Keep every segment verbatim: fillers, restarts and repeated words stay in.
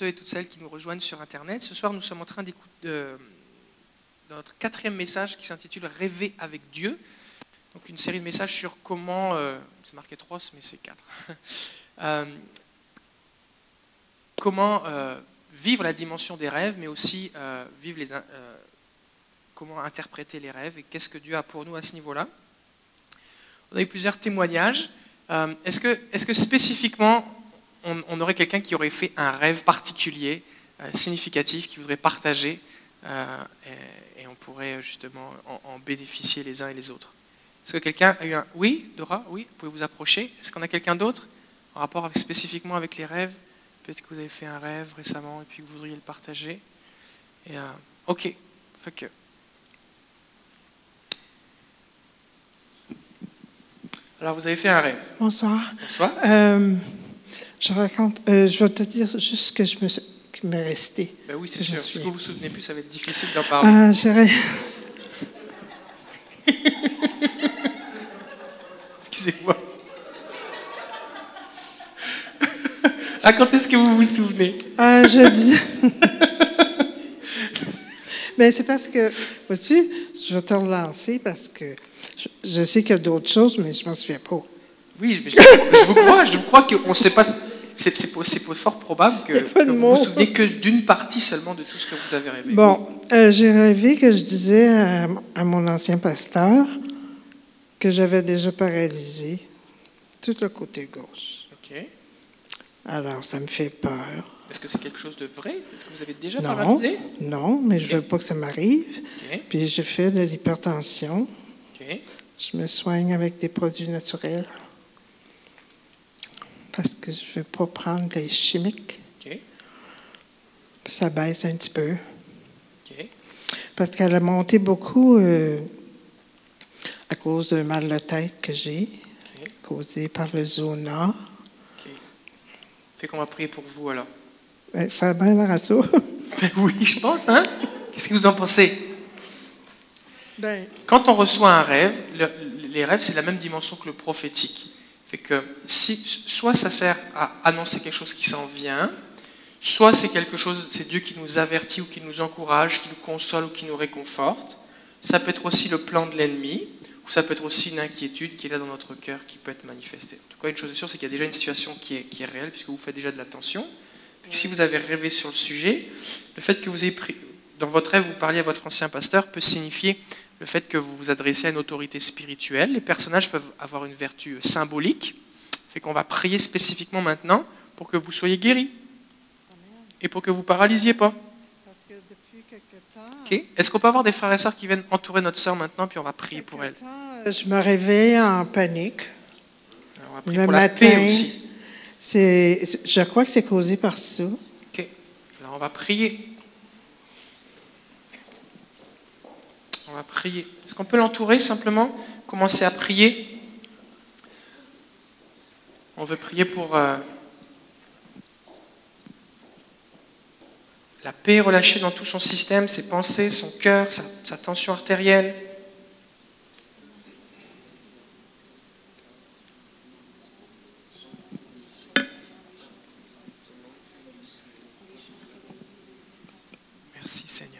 ceux et toutes celles qui nous rejoignent sur Internet. Ce soir, nous sommes en train d'écouter de, de notre quatrième message qui s'intitule « Rêver avec Dieu ». Donc une série de messages sur comment, euh, c'est marqué trois, mais c'est quatre, euh, comment euh, vivre la dimension des rêves, mais aussi euh, vivre les, euh, comment interpréter les rêves et qu'est-ce que Dieu a pour nous à ce niveau-là. On a eu plusieurs témoignages. Euh, est-ce que, est-ce que spécifiquement, on, on aurait quelqu'un qui aurait fait un rêve particulier, euh, significatif, qui voudrait partager euh, et, et on pourrait justement en, en bénéficier les uns et les autres? Est-ce que quelqu'un a eu un... Oui, Dora, oui, vous pouvez vous approcher. Est-ce qu'on a quelqu'un d'autre en rapport avec, spécifiquement avec les rêves? Peut-être que vous avez fait un rêve récemment et puis que vous voudriez le partager. Et, euh, ok, fait que... Alors, vous avez fait un rêve. Bonsoir. Bonsoir. Euh, je raconte, euh, je vais te dire juste ce que je me, qui m'est resté. Ben oui, c'est sûr. Parce que vous vous souvenez plus, ça va être difficile d'en parler. Euh, j'ai... Excusez-moi. Racontez ce que vous vous souvenez. Euh, je dis... Mais c'est parce que, vois-tu, je vais te relancer parce que je, je sais qu'il y a d'autres choses, mais je ne m'en souviens pas. Oui, mais je, je vous crois, je vous crois qu'on ne sait pas... C'est, c'est, c'est fort probable que, que vous ne vous souvenez que d'une partie seulement de tout ce que vous avez rêvé. Bon, euh, j'ai rêvé que je disais à, à mon ancien pasteur que j'avais déjà paralysé tout le côté gauche. OK. Alors, ça me fait peur. Est-ce que c'est quelque chose de vrai? Est-ce que vous avez déjà non, paralysé? Non, mais je ne okay. veux pas que ça m'arrive. Okay. Puis je fais de l'hypertension. Okay. Je me soigne avec des produits naturels. Parce que je ne veux pas prendre les chimiques. Okay. Puis ça baisse un petit peu. Okay. Parce qu'elle a monté beaucoup euh, à cause d'un mal de tête que j'ai, okay. causé par le zona. Okay. Fait qu'on va prier pour vous alors. Ben, ça a bien l'air à ça. Ben oui, je pense, hein? Qu'est-ce que vous en pensez? Ben. Quand on reçoit un rêve, le, les rêves, c'est la même dimension que le prophétique. Fait que si, soit ça sert à annoncer quelque chose qui s'en vient, soit c'est quelque chose, c'est Dieu qui nous avertit ou qui nous encourage, qui nous console ou qui nous réconforte. Ça peut être aussi le plan de l'ennemi, ou ça peut être aussi une inquiétude qui est là dans notre cœur, qui peut être manifestée. En tout cas, une chose est sûre, c'est qu'il y a déjà une situation qui est, qui est réelle, puisque vous faites déjà de l'attention. Si vous avez rêvé sur le sujet, le fait que vous ayez pris, dans votre rêve, vous parliez à votre ancien pasteur, peut signifier le fait que vous vous adressez à une autorité spirituelle. Les personnages peuvent avoir une vertu symbolique. Fait qu'on va prier spécifiquement maintenant pour que vous soyez guéris. Et pour que vous ne paralysiez pas. Parce que depuis quelque temps... Okay. Est-ce qu'on peut avoir des frères et sœurs qui viennent entourer notre sœur maintenant, puis on va prier pour elle? Temps, je me réveille en panique. Alors on va prier le pour matin, la paix aussi. C'est, je crois que c'est causé par ça. Ok. Alors on va prier. On va prier. Est-ce qu'on peut l'entourer simplement? Commencer à prier. On veut prier pour euh, la paix relâchée dans tout son système, ses pensées, son cœur, sa, sa tension artérielle. Merci Seigneur.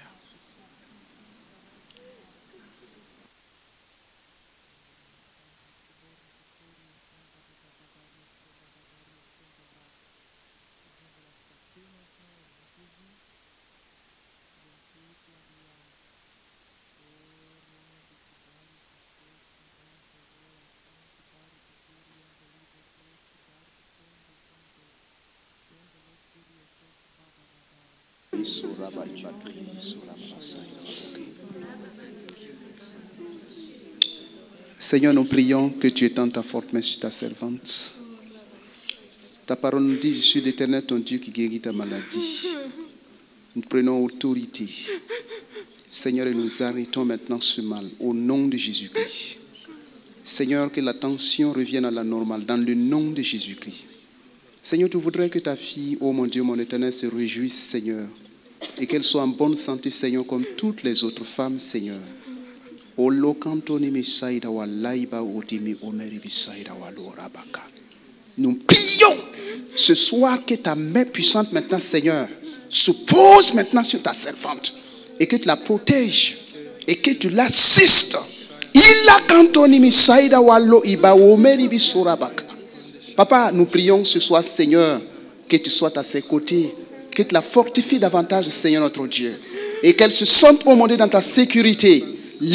Seigneur, nous prions que tu étendes ta forte main sur ta servante. Ta parole nous dit, je suis l'Éternel, ton Dieu qui guérit ta maladie. Nous prenons autorité. Seigneur, et nous arrêtons maintenant ce mal au nom de Jésus-Christ. Seigneur, que la tension revienne à la normale dans le nom de Jésus-Christ. Seigneur, tu voudrais que ta fille, oh mon Dieu, mon Éternel, se réjouisse, Seigneur, et qu'elle soit en bonne santé, Seigneur, comme toutes les autres femmes, Seigneur. Nous prions ce soir que ta main puissante maintenant, Seigneur, se pose maintenant sur ta servante et que tu la protèges et que tu l'assistes. Papa, nous prions ce soir, Seigneur, que tu sois à ses côtés, que tu la fortifies davantage, Seigneur notre Dieu, et qu'elle se sente au monde dans ta sécurité.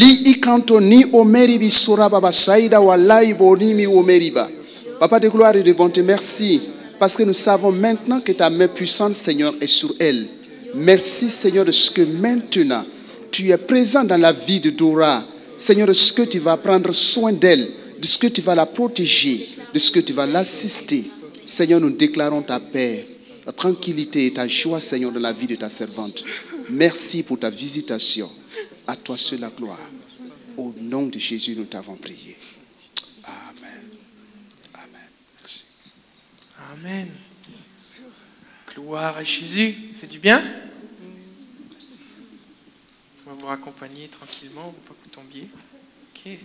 Papa de gloire et de bonté, merci, parce que nous savons maintenant que ta main puissante, Seigneur, est sur elle. Merci, Seigneur, de ce que maintenant, tu es présent dans la vie de Dora. Seigneur, de ce que tu vas prendre soin d'elle, de ce que tu vas la protéger, de ce que tu vas l'assister. Seigneur, nous déclarons ta paix, ta tranquillité et ta joie, Seigneur, dans la vie de ta servante. Merci pour ta visitation. À toi seul la gloire. Au nom de Jésus, nous t'avons prié. Amen. Amen. Merci. Amen. Gloire à Jésus. C'est du bien? On va vous raccompagner tranquillement, pour pas que vous tombiez. Ok.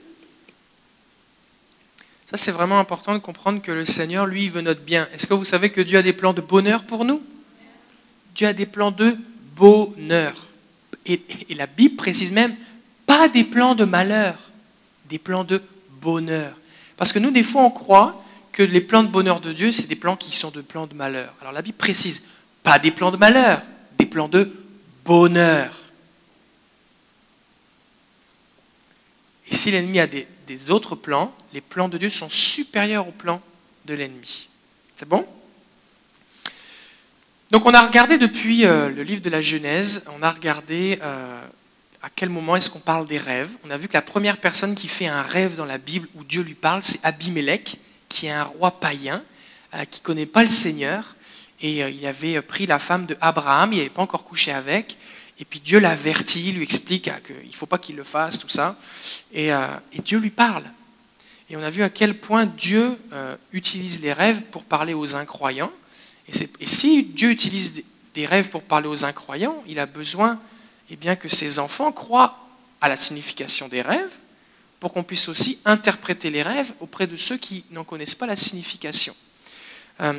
Ça, c'est vraiment important de comprendre que le Seigneur, lui, il veut notre bien. Est-ce que vous savez que Dieu a des plans de bonheur pour nous? Dieu a des plans de bonheur. Et, et la Bible précise même, pas des plans de malheur, des plans de bonheur. Parce que nous, des fois, on croit que les plans de bonheur de Dieu, c'est des plans qui sont de plans de malheur. Alors la Bible précise, pas des plans de malheur, des plans de bonheur. Et si l'ennemi a des, des autres plans, les plans de Dieu sont supérieurs aux plans de l'ennemi. C'est bon? Donc on a regardé depuis euh, le livre de la Genèse, on a regardé euh, à quel moment est-ce qu'on parle des rêves. On a vu que la première personne qui fait un rêve dans la Bible où Dieu lui parle, c'est Abimélec, qui est un roi païen, euh, qui ne connaît pas le Seigneur. Et euh, il avait pris la femme de Abraham, il n'avait pas encore couché avec. Et puis Dieu l'avertit, lui explique euh, qu'il ne faut pas qu'il le fasse, tout ça. Et, euh, et Dieu lui parle. Et on a vu à quel point Dieu euh, utilise les rêves pour parler aux incroyants. Et, c'est, et si Dieu utilise des, des rêves pour parler aux incroyants, il a besoin eh bien, que ses enfants croient à la signification des rêves pour qu'on puisse aussi interpréter les rêves auprès de ceux qui n'en connaissent pas la signification. Euh,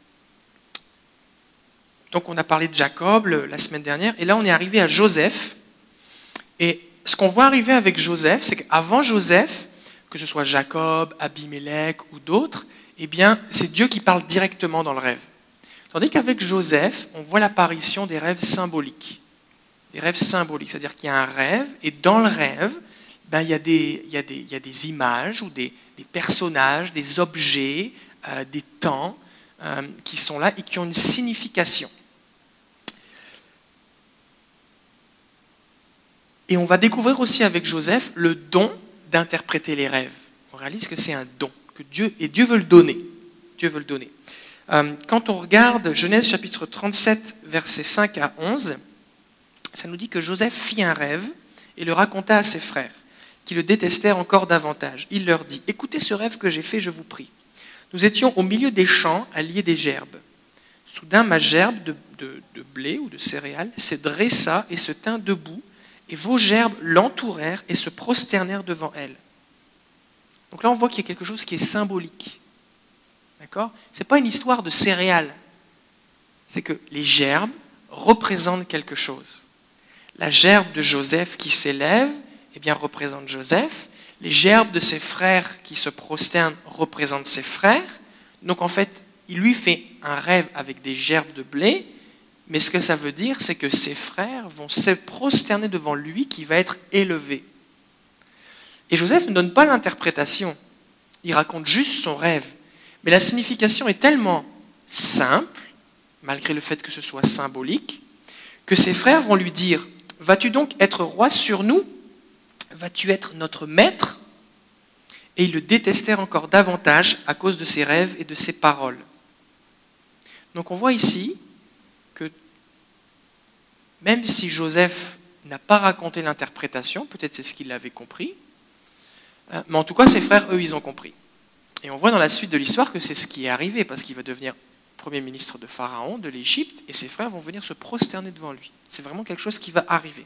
donc on a parlé de Jacob le, la semaine dernière, et là on est arrivé à Joseph. Et ce qu'on voit arriver avec Joseph, c'est qu'avant Joseph, que ce soit Jacob, Abimélec ou d'autres, eh bien, c'est Dieu qui parle directement dans le rêve. Tandis qu'avec Joseph, on voit l'apparition des rêves symboliques. Des rêves symboliques, c'est-à-dire qu'il y a un rêve, et dans le rêve, ben, il, y a des, il, y a des, il y a des images ou des, des personnages, des objets, euh, des temps euh, qui sont là et qui ont une signification. Et on va découvrir aussi avec Joseph le don d'interpréter les rêves. On réalise que c'est un don, que Dieu, et Dieu veut le donner. Dieu veut le donner. Euh, quand on regarde Genèse chapitre trente-sept, versets cinq à onze, ça nous dit que Joseph fit un rêve et le raconta à ses frères, qui le détestèrent encore davantage. Il leur dit « Écoutez ce rêve que j'ai fait, je vous prie. Nous étions au milieu des champs, à lier des gerbes. Soudain, ma gerbe de, de, de blé ou de céréales se dressa et se tint debout, et vos gerbes l'entourèrent et se prosternèrent devant elle. » Donc là, on voit qu'il y a quelque chose qui est symbolique. D'accord ? Ce n'est pas une histoire de céréales. C'est que les gerbes représentent quelque chose. La gerbe de Joseph qui s'élève, eh bien, représente Joseph. Les gerbes de ses frères qui se prosternent représentent ses frères. Donc en fait, il lui fait un rêve avec des gerbes de blé, mais ce que ça veut dire, c'est que ses frères vont se prosterner devant lui qui va être élevé. Et Joseph ne donne pas l'interprétation, il raconte juste son rêve. Mais la signification est tellement simple, malgré le fait que ce soit symbolique, que ses frères vont lui dire « Vas-tu donc être roi sur nous ? Vas-tu être notre maître ?» Et ils le détestèrent encore davantage à cause de ses rêves et de ses paroles. Donc on voit ici que même si Joseph n'a pas raconté l'interprétation, peut-être c'est ce qu'il avait compris, mais en tout cas ses frères, eux, ils ont compris. Et on voit dans la suite de l'histoire que c'est ce qui est arrivé, parce qu'il va devenir premier ministre de Pharaon, de l'Égypte, et ses frères vont venir se prosterner devant lui. C'est vraiment quelque chose qui va arriver.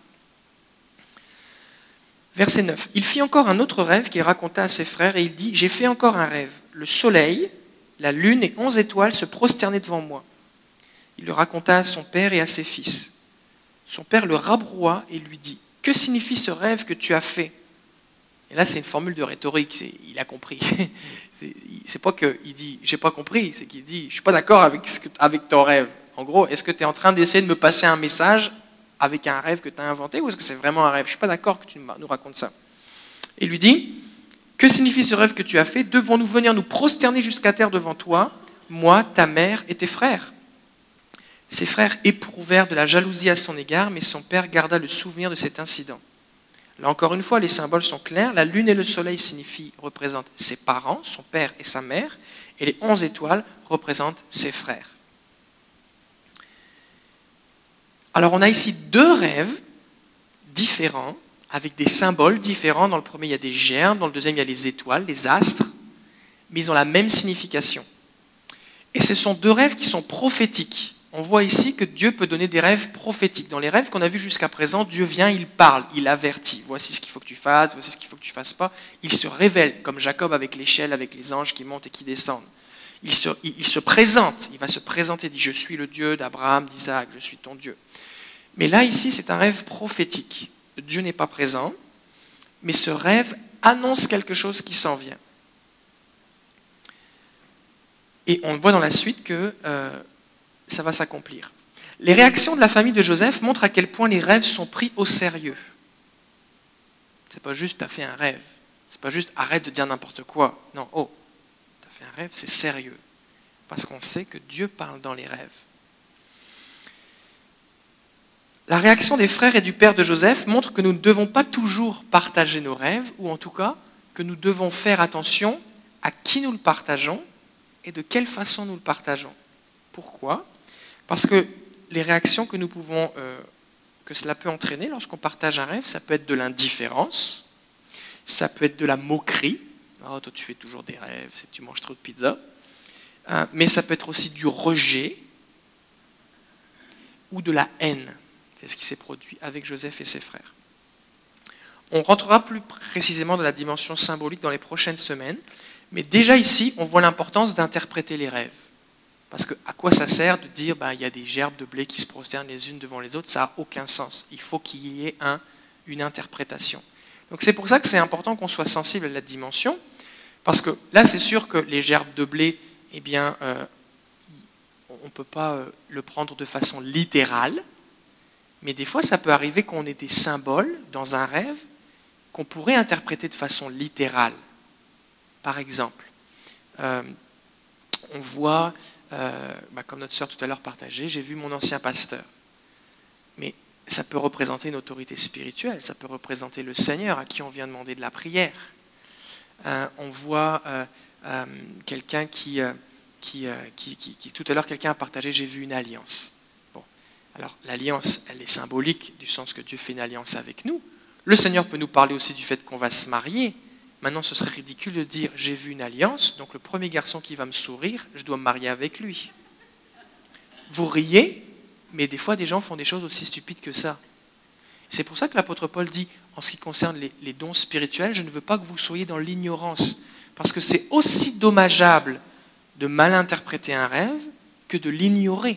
Verset neuf. Il fit encore un autre rêve qu'il raconta à ses frères, et il dit « J'ai fait encore un rêve. Le soleil la lune et onze étoiles se prosternaient devant moi. Il le raconta à son père et à ses fils. Son père le rabroua et lui dit, « Que signifie ce rêve que tu as fait ?» Et là, c'est une formule de rhétorique, c'est, il a compris. c'est, c'est pas qu'il dit, « J'ai pas compris », c'est qu'il dit, « Je suis pas d'accord avec, ce que, avec ton rêve. » En gros, est-ce que tu es en train d'essayer de me passer un message avec un rêve que tu as inventé ou est-ce que c'est vraiment un rêve ? Je suis pas d'accord que tu nous racontes ça. Et il lui dit, « Que signifie ce rêve que tu as fait ? Devons-nous venir nous prosterner jusqu'à terre devant toi, moi, ta mère et tes frères ?» Ses frères éprouvèrent de la jalousie à son égard, mais son père garda le souvenir de cet incident. Là encore une fois, les symboles sont clairs. La lune et le soleil signifient, représentent ses parents, son père et sa mère, et les onze étoiles représentent ses frères. Alors on a ici deux rêves différents, avec des symboles différents. Dans le premier, il y a des germes, dans le deuxième, il y a les étoiles, les astres, mais ils ont la même signification. Et ce sont deux rêves qui sont prophétiques. On voit ici que Dieu peut donner des rêves prophétiques. Dans les rêves qu'on a vus jusqu'à présent, Dieu vient, il parle, il avertit. Voici ce qu'il faut que tu fasses, voici ce qu'il faut que tu ne fasses pas. Il se révèle, comme Jacob avec l'échelle, avec les anges qui montent et qui descendent. Il se, il, il se présente, il va se présenter, il dit « Je suis le Dieu d'Abraham, d'Isaac, je suis ton Dieu ». Mais là, ici, c'est un rêve prophétique. Dieu n'est pas présent, mais ce rêve annonce quelque chose qui s'en vient. Et on voit dans la suite que euh, ça va s'accomplir. Les réactions de la famille de Joseph montrent à quel point les rêves sont pris au sérieux. C'est pas juste « t'as fait un rêve ». C'est pas juste « arrête de dire n'importe quoi ». Non, oh, t'as fait un rêve, c'est sérieux. Parce qu'on sait que Dieu parle dans les rêves. La réaction des frères et du père de Joseph montre que nous ne devons pas toujours partager nos rêves, ou en tout cas que nous devons faire attention à qui nous le partageons et de quelle façon nous le partageons. Pourquoi ? Parce que les réactions que nous pouvons, euh, que cela peut entraîner lorsqu'on partage un rêve, ça peut être de l'indifférence, ça peut être de la moquerie. Oh, toi tu fais toujours des rêves, c'est tu manges trop de pizza. Euh, mais ça peut être aussi du rejet ou de la haine. C'est ce qui s'est produit avec Joseph et ses frères. On rentrera plus précisément dans la dimension symbolique dans les prochaines semaines, mais déjà ici, on voit l'importance d'interpréter les rêves. Parce que à quoi ça sert de dire ben, il y a des gerbes de blé qui se prosternent les unes devant les autres, ça n'a aucun sens. Il faut qu'il y ait un, une interprétation. Donc c'est pour ça que c'est important qu'on soit sensible à la dimension, parce que là c'est sûr que les gerbes de blé, eh bien, euh, on ne peut pas euh, le prendre de façon littérale, mais des fois ça peut arriver qu'on ait des symboles dans un rêve qu'on pourrait interpréter de façon littérale. Par exemple, euh, on voit... Euh, bah, comme notre sœur tout à l'heure partageait, j'ai vu mon ancien pasteur. Mais ça peut représenter une autorité spirituelle, ça peut représenter le Seigneur à qui on vient demander de la prière. Euh, on voit euh, euh, quelqu'un qui, euh, qui, euh, qui, qui, qui, tout à l'heure, quelqu'un a partagé, j'ai vu une alliance. Bon, alors l'alliance, elle est symbolique du sens que Dieu fait une alliance avec nous. Le Seigneur peut nous parler aussi du fait qu'on va se marier. Maintenant, ce serait ridicule de dire « j'ai vu une alliance, donc le premier garçon qui va me sourire, je dois me marier avec lui ». Vous riez, mais des fois, des gens font des choses aussi stupides que ça. C'est pour ça que l'apôtre Paul dit, en ce qui concerne les, les dons spirituels, je ne veux pas que vous soyez dans l'ignorance, parce que c'est aussi dommageable de mal interpréter un rêve que de l'ignorer.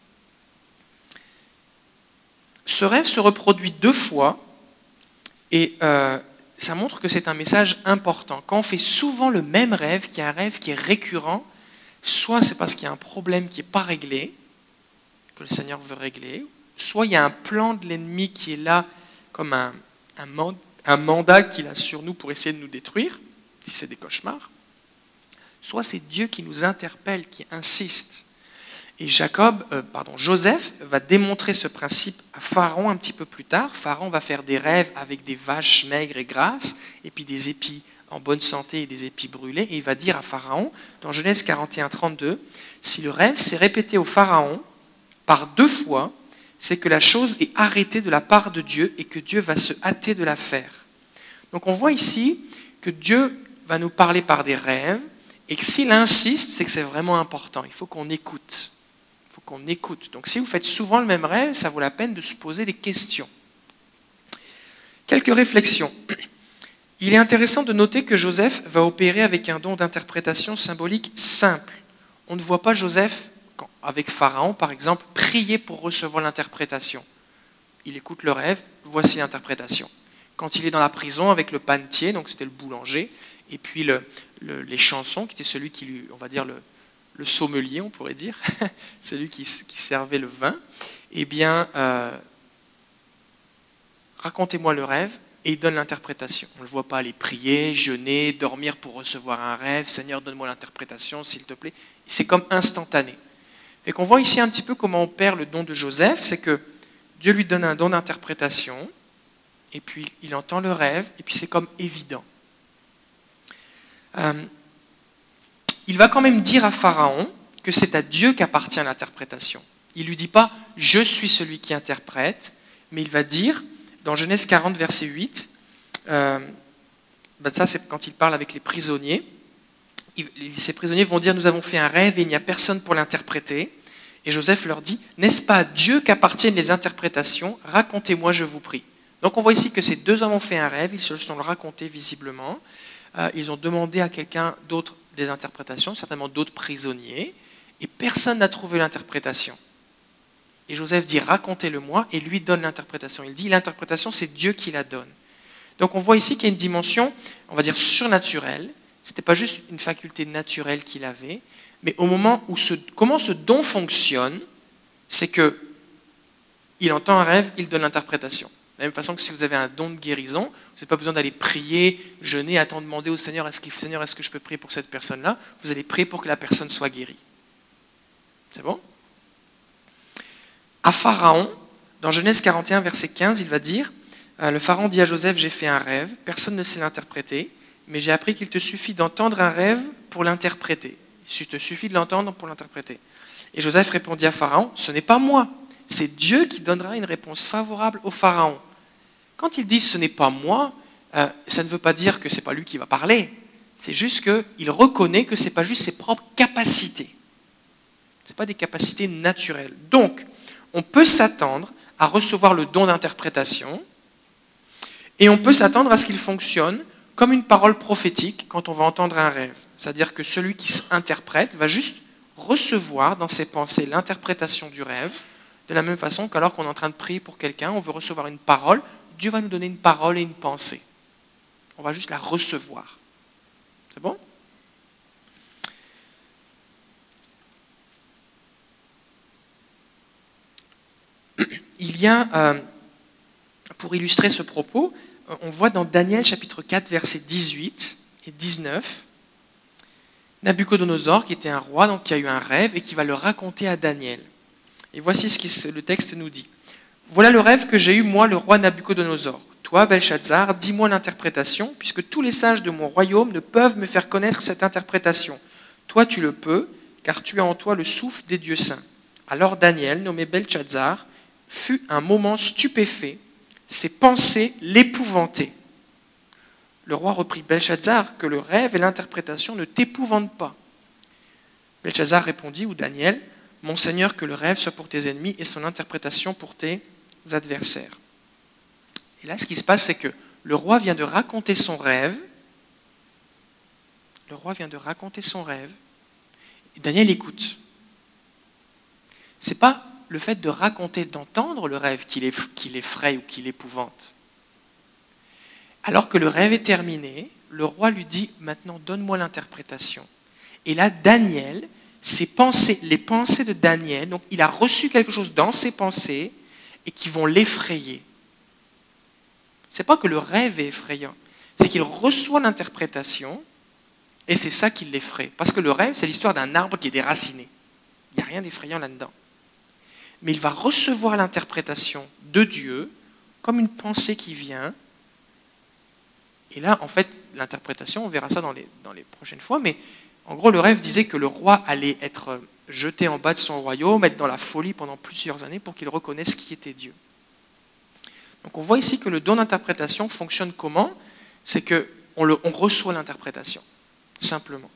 Ce rêve se reproduit deux fois, et... Euh, ça montre que c'est un message important. Quand on fait souvent le même rêve, qu'il y a un rêve qui est récurrent, soit c'est parce qu'il y a un problème qui n'est pas réglé, que le Seigneur veut régler, soit il y a un plan de l'ennemi qui est là comme un, un, mand, un mandat qu'il a sur nous pour essayer de nous détruire, si c'est des cauchemars, soit c'est Dieu qui nous interpelle, qui insiste. Et Jacob, euh, pardon, Joseph va démontrer ce principe à Pharaon un petit peu plus tard. Pharaon va faire des rêves avec des vaches maigres et grasses, et puis des épis en bonne santé et des épis brûlés. Et il va dire à Pharaon, dans Genèse quarante et un, trente-deux, si le rêve s'est répété au Pharaon par deux fois, c'est que la chose est arrêtée de la part de Dieu et que Dieu va se hâter de la faire. Donc on voit ici que Dieu va nous parler par des rêves, et que s'il insiste, c'est que c'est vraiment important. Il faut qu'on écoute. Il faut qu'on écoute. Donc si vous faites souvent le même rêve, ça vaut la peine de se poser des questions. Quelques réflexions. Il est intéressant de noter que Joseph va opérer avec un don d'interprétation symbolique simple. on ne voit pas Joseph, quand, avec Pharaon par exemple, prier pour recevoir l'interprétation. Il écoute le rêve, voici l'interprétation. Quand il est dans la prison avec le panetier, donc c'était le boulanger, et puis le, le, les chansons, qui était celui qui lui, on va dire le, le sommelier, on pourrait dire, celui qui, qui servait le vin, eh bien, euh, racontez-moi le rêve, et il donne l'interprétation. On ne le voit pas aller prier, jeûner, dormir pour recevoir un rêve. Seigneur, donne-moi l'interprétation, s'il te plaît. C'est comme instantané. Et qu'on voit ici un petit peu comment on perd le don de Joseph, c'est que Dieu lui donne un don d'interprétation, et puis il entend le rêve, et puis c'est comme évident. Euh, il va quand même dire à Pharaon que c'est à Dieu qu'appartient l'interprétation. Il ne lui dit pas « je suis celui qui interprète », mais il va dire... Dans Genèse quarante, verset huit, euh, ben ça c'est quand il parle avec les prisonniers, il, ces prisonniers vont dire « Nous avons fait un rêve et il n'y a personne pour l'interpréter ». Et Joseph leur dit « N'est-ce pas à Dieu qu'appartiennent les interprétations? Racontez-moi, je vous prie. » Donc on voit ici que ces deux hommes ont fait un rêve, ils se le sont racontés visiblement. Euh, ils ont demandé à quelqu'un d'autre des interprétations, certainement d'autres prisonniers, et personne n'a trouvé l'interprétation. Et Joseph dit « racontez-le-moi » et lui donne l'interprétation. Il dit « l'interprétation, c'est Dieu qui la donne ». Donc on voit ici qu'il y a une dimension, on va dire surnaturelle. Ce n'était pas juste une faculté naturelle qu'il avait, mais au moment où ce, comment ce don fonctionne, c'est que il entend un rêve, il donne l'interprétation. De la même façon que si vous avez un don de guérison, vous n'avez pas besoin d'aller prier, jeûner, attendre, demander au Seigneur, est-ce qu'il, Seigneur, est-ce que je peux prier pour cette personne-là? Vous allez prier pour que la personne soit guérie. C'est bon? À Pharaon, dans Genèse quarante et un, verset quinze, il va dire euh, « Le Pharaon dit à Joseph, j'ai fait un rêve, personne ne sait l'interpréter, mais j'ai appris qu'il te suffit d'entendre un rêve pour l'interpréter. Il te suffit de l'entendre pour l'interpréter. » Et Joseph répondit à Pharaon, « Ce n'est pas moi, c'est Dieu qui donnera une réponse favorable au Pharaon. » Quand il dit « ce n'est pas moi euh, », ça ne veut pas dire que ce n'est pas lui qui va parler, c'est juste qu'il reconnaît que ce n'est pas juste ses propres capacités. Ce n'est pas des capacités naturelles. Donc, on peut s'attendre à recevoir le don d'interprétation et on peut s'attendre à ce qu'il fonctionne comme une parole prophétique quand on va entendre un rêve. C'est-à-dire que celui qui s'interprète va juste recevoir dans ses pensées l'interprétation du rêve de la même façon qu'alors qu'on est en train de prier pour quelqu'un, on veut recevoir une parole, Dieu va nous donner une parole et une pensée. On va juste la recevoir. C'est bon ? Il y a, euh, pour illustrer ce propos, on voit dans Daniel chapitre quatre, versets dix-huit et dix-neuf, Nabuchodonosor, qui était un roi, donc qui a eu un rêve et qui va le raconter à Daniel. Et voici ce que le texte nous dit. « Voilà le rêve que j'ai eu, moi, le roi Nabuchodonosor. Toi, Belshazzar, dis-moi l'interprétation, puisque tous les sages de mon royaume ne peuvent me faire connaître cette interprétation. Toi, tu le peux, car tu as en toi le souffle des dieux saints. » Alors Daniel, nommé Belshazzar, fut un moment stupéfait, ses pensées l'épouvantaient. Le roi reprit Belshazzar, que le rêve et l'interprétation ne t'épouvantent pas. Belshazzar répondit, ou Daniel, mon Seigneur, que le rêve soit pour tes ennemis et son interprétation pour tes adversaires. Et là, ce qui se passe, c'est que le roi vient de raconter son rêve. Le roi vient de raconter son rêve. Et Daniel écoute. Ce n'est pas le fait de raconter, d'entendre le rêve qui l'effraie ou qui l'épouvante. Alors que le rêve est terminé, le roi lui dit « Maintenant, donne-moi l'interprétation. » Et là, Daniel, ses pensées, les pensées de Daniel, donc il a reçu quelque chose dans ses pensées et qui vont l'effrayer. Ce n'est pas que le rêve est effrayant, c'est qu'il reçoit l'interprétation et c'est ça qui l'effraie. Parce que le rêve, c'est l'histoire d'un arbre qui est déraciné. Il n'y a rien d'effrayant là-dedans. Mais il va recevoir l'interprétation de Dieu comme une pensée qui vient. Et là, en fait, l'interprétation, on verra ça dans les, dans les prochaines fois, mais en gros, le rêve disait que le roi allait être jeté en bas de son royaume, être dans la folie pendant plusieurs années pour qu'il reconnaisse qui était Dieu. Donc on voit ici que le don d'interprétation fonctionne comment? C'est qu'on le, on reçoit l'interprétation, simplement.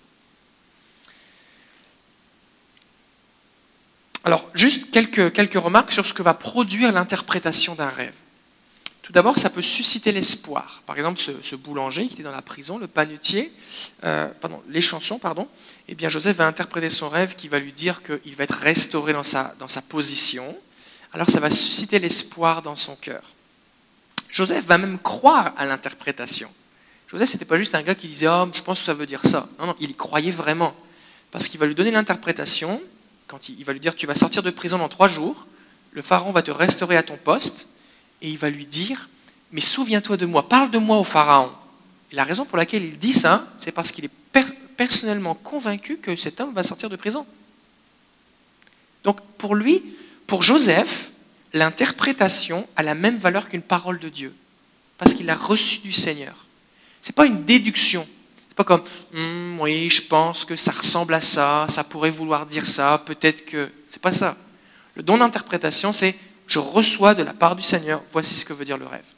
Alors, juste quelques, quelques remarques sur ce que va produire l'interprétation d'un rêve. Tout d'abord, ça peut susciter l'espoir. Par exemple, ce, ce boulanger qui était dans la prison, le panetier, euh, pardon, l'échanson, pardon, eh bien Joseph va interpréter son rêve qui va lui dire qu'il va être restauré dans sa, dans sa position. Alors ça va susciter l'espoir dans son cœur. Joseph va même croire à l'interprétation. Joseph, ce n'était pas juste un gars qui disait « Oh, je pense que ça veut dire ça ». Non, non, il y croyait vraiment. Parce qu'il va lui donner l'interprétation, quand il, il va lui dire « Tu vas sortir de prison dans trois jours, le pharaon va te restaurer à ton poste ». Et il va lui dire, mais souviens-toi de moi, parle de moi au Pharaon. Et la raison pour laquelle il dit ça, c'est parce qu'il est per- personnellement convaincu que cet homme va sortir de prison. Donc pour lui, pour Joseph, l'interprétation a la même valeur qu'une parole de Dieu, parce qu'il l'a reçue du Seigneur. Ce n'est pas une déduction. C'est pas comme, hm, oui, je pense que ça ressemble à ça, ça pourrait vouloir dire ça, peut-être que... C'est pas ça. Le don d'interprétation, c'est je reçois de la part du Seigneur, voici ce que veut dire le rêve.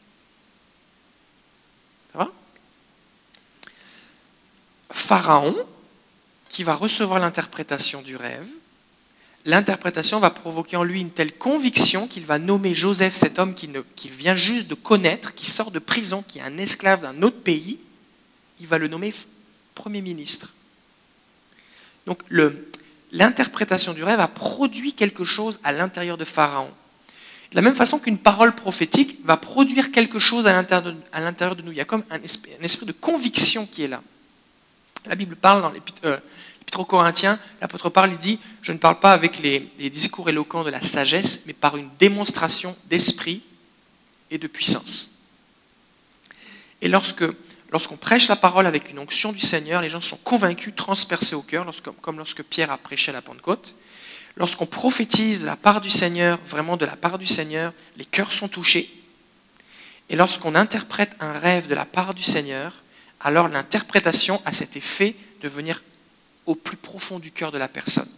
Ça va ? Pharaon, qui va recevoir l'interprétation du rêve, l'interprétation va provoquer en lui une telle conviction qu'il va nommer Joseph, cet homme qu'il, ne, qu'il vient juste de connaître, qui sort de prison, qui est un esclave d'un autre pays, il va le nommer Premier ministre. Donc le... L'interprétation du rêve a produit quelque chose à l'intérieur de Pharaon. De la même façon qu'une parole prophétique va produire quelque chose à l'intérieur de, à l'intérieur de nous. Il y a comme un esprit, un esprit de conviction qui est là. La Bible parle dans l'Épître, euh, l'Épître aux Corinthiens, l'apôtre parle, il dit « Je ne parle pas avec les, les discours éloquents de la sagesse, mais par une démonstration d'esprit et de puissance. » Et lorsque... Lorsqu'on prêche la parole avec une onction du Seigneur, les gens sont convaincus, transpercés au cœur, lorsque, comme lorsque Pierre a prêché à la Pentecôte. Lorsqu'on prophétise de la part du Seigneur, vraiment de la part du Seigneur, les cœurs sont touchés. Et lorsqu'on interprète un rêve de la part du Seigneur, alors l'interprétation a cet effet de venir au plus profond du cœur de la personne.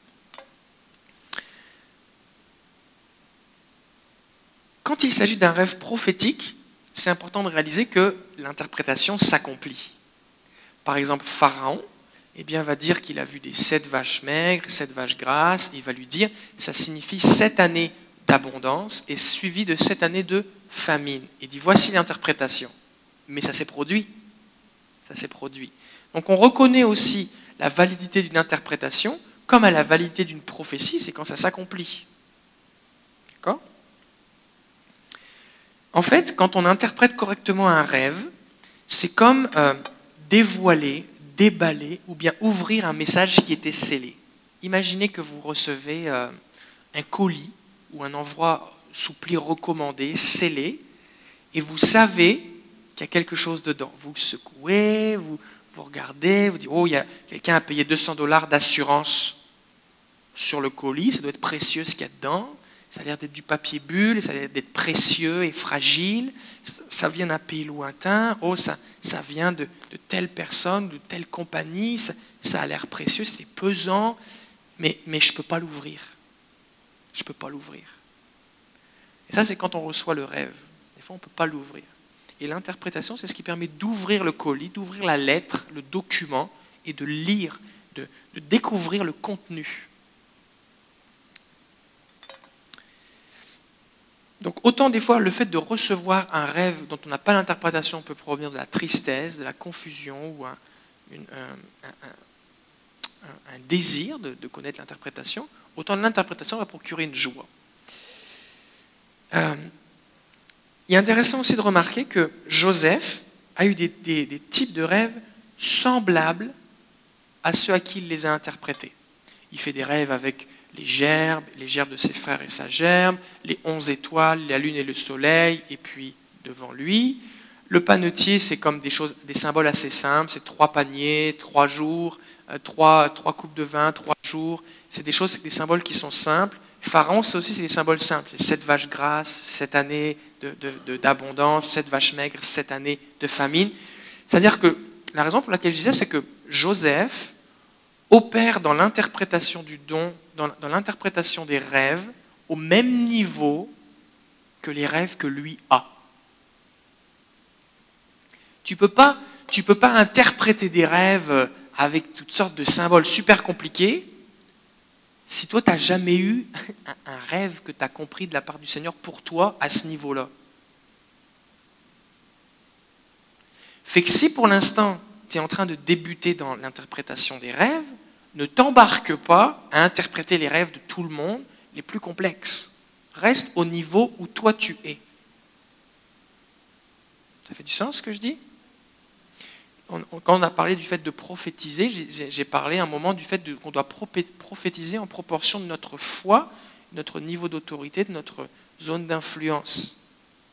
Quand il s'agit d'un rêve prophétique, c'est important de réaliser que l'interprétation s'accomplit. Par exemple, Pharaon eh bien, va dire qu'il a vu des sept vaches maigres, sept vaches grasses, et il va lui dire ça signifie sept années d'abondance et suivi de sept années de famine. Il dit voici l'interprétation. Mais ça s'est produit. Ça s'est produit. Donc on reconnaît aussi la validité d'une interprétation comme à la validité d'une prophétie, c'est quand ça s'accomplit. D'accord ? En fait, quand on interprète correctement un rêve, c'est comme euh, dévoiler, déballer ou bien ouvrir un message qui était scellé. Imaginez que vous recevez euh, un colis ou un envoi sous pli recommandé, scellé, et vous savez qu'il y a quelque chose dedans. Vous le secouez, vous, vous regardez, vous dites « Oh, il y a, quelqu'un a payé deux cents dollars d'assurance sur le colis, ça doit être précieux ce qu'il y a dedans. » Ça a l'air d'être du papier bulle, ça a l'air d'être précieux et fragile. Ça vient d'un pays lointain. Oh, ça, ça vient de, de telle personne, de telle compagnie. Ça, ça a l'air précieux, c'est pesant, mais, mais je ne peux pas l'ouvrir. Je ne peux pas l'ouvrir. Et ça, c'est quand on reçoit le rêve. Des fois, on ne peut pas l'ouvrir. Et l'interprétation, c'est ce qui permet d'ouvrir le colis, d'ouvrir la lettre, le document, et de lire, de, de découvrir le contenu. Donc autant des fois le fait de recevoir un rêve dont on n'a pas l'interprétation peut provenir de la tristesse, de la confusion ou un, une, un, un, un, un désir de, de connaître l'interprétation, autant l'interprétation va procurer une joie. Euh, il est intéressant aussi de remarquer que Joseph a eu des, des, des types de rêves semblables à ceux à qui il les a interprétés. Il fait des rêves avec les gerbes, les gerbes de ses frères et sa gerbe, les onze étoiles, la lune et le soleil, et puis devant lui. Le panetier, c'est comme des choses, des symboles assez simples, c'est trois paniers, trois jours, euh, trois, trois coupes de vin, trois jours. C'est des choses, des symboles qui sont simples. Pharaon, c'est aussi c'est des symboles simples. C'est sept vaches grasses, sept années de, de, de, d'abondance, sept vaches maigres, sept années de famine. C'est-à-dire que la raison pour laquelle je disais, c'est que Joseph opère dans l'interprétation du don, dans, dans l'interprétation des rêves, au même niveau que les rêves que lui a. Tu ne peux pas, tu peux pas interpréter des rêves avec toutes sortes de symboles super compliqués si toi, tu n'as jamais eu un, un rêve que tu as compris de la part du Seigneur pour toi à ce niveau-là. Fait que si pour l'instant, tu es en train de débuter dans l'interprétation des rêves, ne t'embarque pas à interpréter les rêves de tout le monde, les plus complexes. Reste au niveau où toi tu es. Ça fait du sens ce que je dis ? on, on, Quand on a parlé du fait de prophétiser, j'ai, j'ai parlé un moment du fait de, qu'on doit prophétiser en proportion de notre foi, de notre niveau d'autorité, de notre zone d'influence. D'accord ?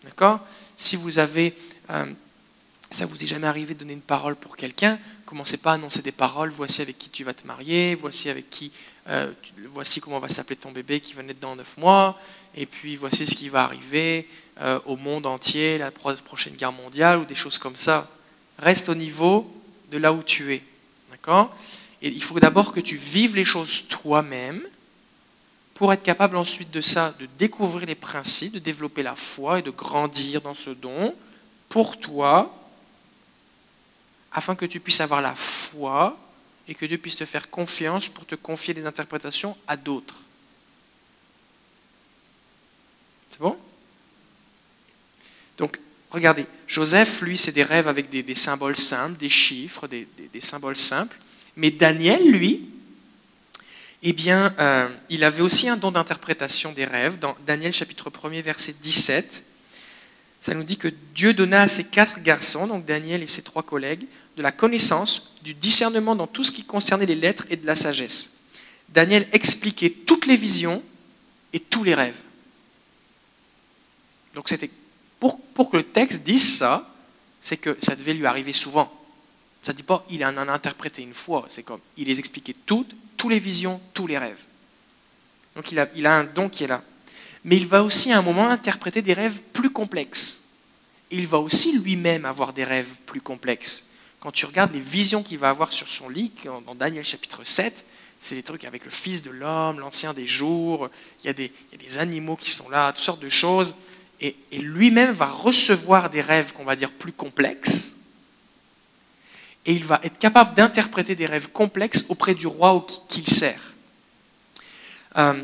Si vous avez... Euh, ça vous est jamais arrivé de donner une parole pour quelqu'un, commencez pas à annoncer des paroles, voici avec qui tu vas te marier, voici avec qui, euh, tu, voici comment va s'appeler ton bébé qui va naître dans neuf mois, et puis voici ce qui va arriver euh, au monde entier, la prochaine guerre mondiale, ou des choses comme ça. Reste au niveau de là où tu es. D'accord ? Et il faut d'abord que tu vives les choses toi-même, pour être capable ensuite de ça, de découvrir les principes, de développer la foi et de grandir dans ce don, pour toi, afin que tu puisses avoir la foi et que Dieu puisse te faire confiance pour te confier des interprétations à d'autres. C'est bon ? Donc, regardez, Joseph, lui, c'est des rêves avec des, des symboles simples, des chiffres, des, des, des symboles simples. Mais Daniel, lui, eh bien, euh, il avait aussi un don d'interprétation des rêves. Dans Daniel chapitre un, verset dix-sept, ça nous dit que Dieu donna à ses quatre garçons, donc Daniel et ses trois collègues, de la connaissance, du discernement dans tout ce qui concernait les lettres et de la sagesse. Daniel expliquait toutes les visions et tous les rêves. Donc c'était pour, pour que le texte dise ça, c'est que ça devait lui arriver souvent. Ça ne dit pas il en a interprété une fois, c'est comme il les expliquait toutes, toutes les visions, tous les rêves. Donc il a, il a un don qui est là. Mais il va aussi à un moment interpréter des rêves plus complexes. Il va aussi lui-même avoir des rêves plus complexes. Quand tu regardes les visions qu'il va avoir sur son lit, dans Daniel chapitre sept, c'est des trucs avec le Fils de l'homme, l'ancien des jours, il y a des, il y a des animaux qui sont là, toutes sortes de choses. Et, et lui-même va recevoir des rêves qu'on va dire plus complexes. Et il va être capable d'interpréter des rêves complexes auprès du roi qu'il sert. Euh,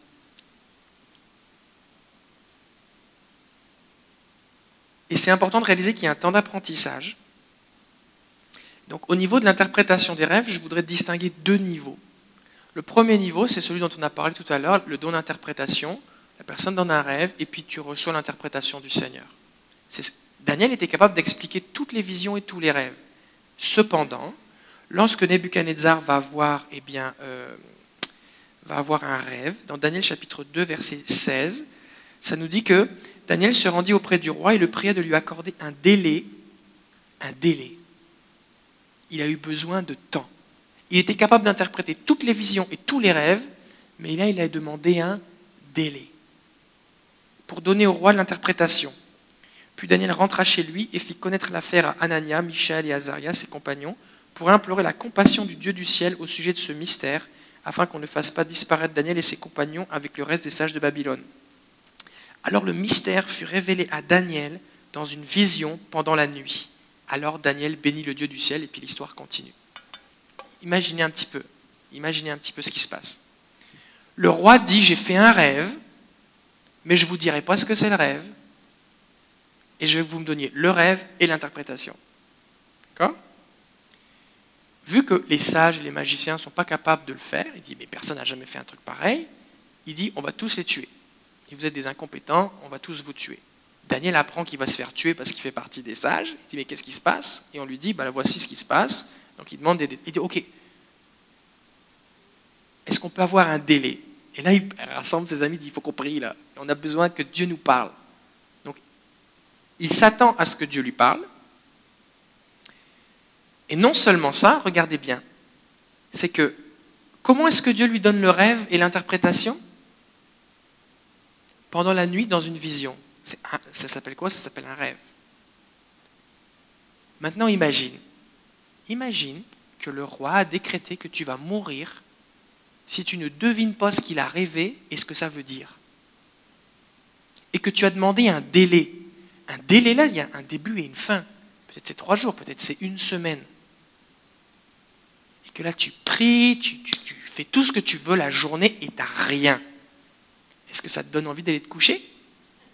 Et c'est important de réaliser qu'il y a un temps d'apprentissage. Donc, au niveau de l'interprétation des rêves, je voudrais distinguer deux niveaux. Le premier niveau, c'est celui dont on a parlé tout à l'heure, le don d'interprétation. La personne donne un rêve et puis tu reçois l'interprétation du Seigneur. C'est... Daniel était capable d'expliquer toutes les visions et tous les rêves. Cependant, lorsque Nebuchadnezzar va avoir, eh bien, euh, va avoir un rêve, dans Daniel chapitre deux, verset seize, ça nous dit que Daniel se rendit auprès du roi et le pria de lui accorder un délai. Un délai. Il a eu besoin de temps. Il était capable d'interpréter toutes les visions et tous les rêves, mais là, il a demandé un délai pour donner au roi l'interprétation. Puis Daniel rentra chez lui et fit connaître l'affaire à Anania, Michaël et Azaria, ses compagnons, pour implorer la compassion du Dieu du ciel au sujet de ce mystère, afin qu'on ne fasse pas disparaître Daniel et ses compagnons avec le reste des sages de Babylone. Alors le mystère fut révélé à Daniel dans une vision pendant la nuit. Alors Daniel bénit le Dieu du ciel et puis l'histoire continue. Imaginez un petit peu, imaginez un petit peu ce qui se passe. Le roi dit, j'ai fait un rêve, mais je ne vous dirai pas ce que c'est le rêve, et je vais vous me donner le rêve et l'interprétation. D'accord ? Vu que les sages et les magiciens ne sont pas capables de le faire, il dit, mais personne n'a jamais fait un truc pareil, il dit, on va tous les tuer. Et vous êtes des incompétents, on va tous vous tuer. Daniel apprend qu'il va se faire tuer parce qu'il fait partie des sages. Il dit, mais qu'est-ce qui se passe ? Et on lui dit, bah, voici ce qui se passe. Donc il demande des détails. Il dit, ok, est-ce qu'on peut avoir un délai ? Et là, il rassemble ses amis, il dit, il faut qu'on prie là. On a besoin que Dieu nous parle. Donc, il s'attend à ce que Dieu lui parle. Et non seulement ça, regardez bien, c'est que, comment est-ce que Dieu lui donne le rêve et l'interprétation ? Pendant la nuit, dans une vision. C'est un, ça s'appelle quoi ? Ça s'appelle un rêve. Maintenant, imagine. Imagine que le roi a décrété que tu vas mourir si tu ne devines pas ce qu'il a rêvé et ce que ça veut dire. Et que tu as demandé un délai. Un délai, là, il y a un début et une fin. Peut-être c'est trois jours, peut-être c'est une semaine. Et que là, tu pries, tu, tu, tu fais tout ce que tu veux la journée et tu n'as rien. Est-ce que ça te donne envie d'aller te coucher ?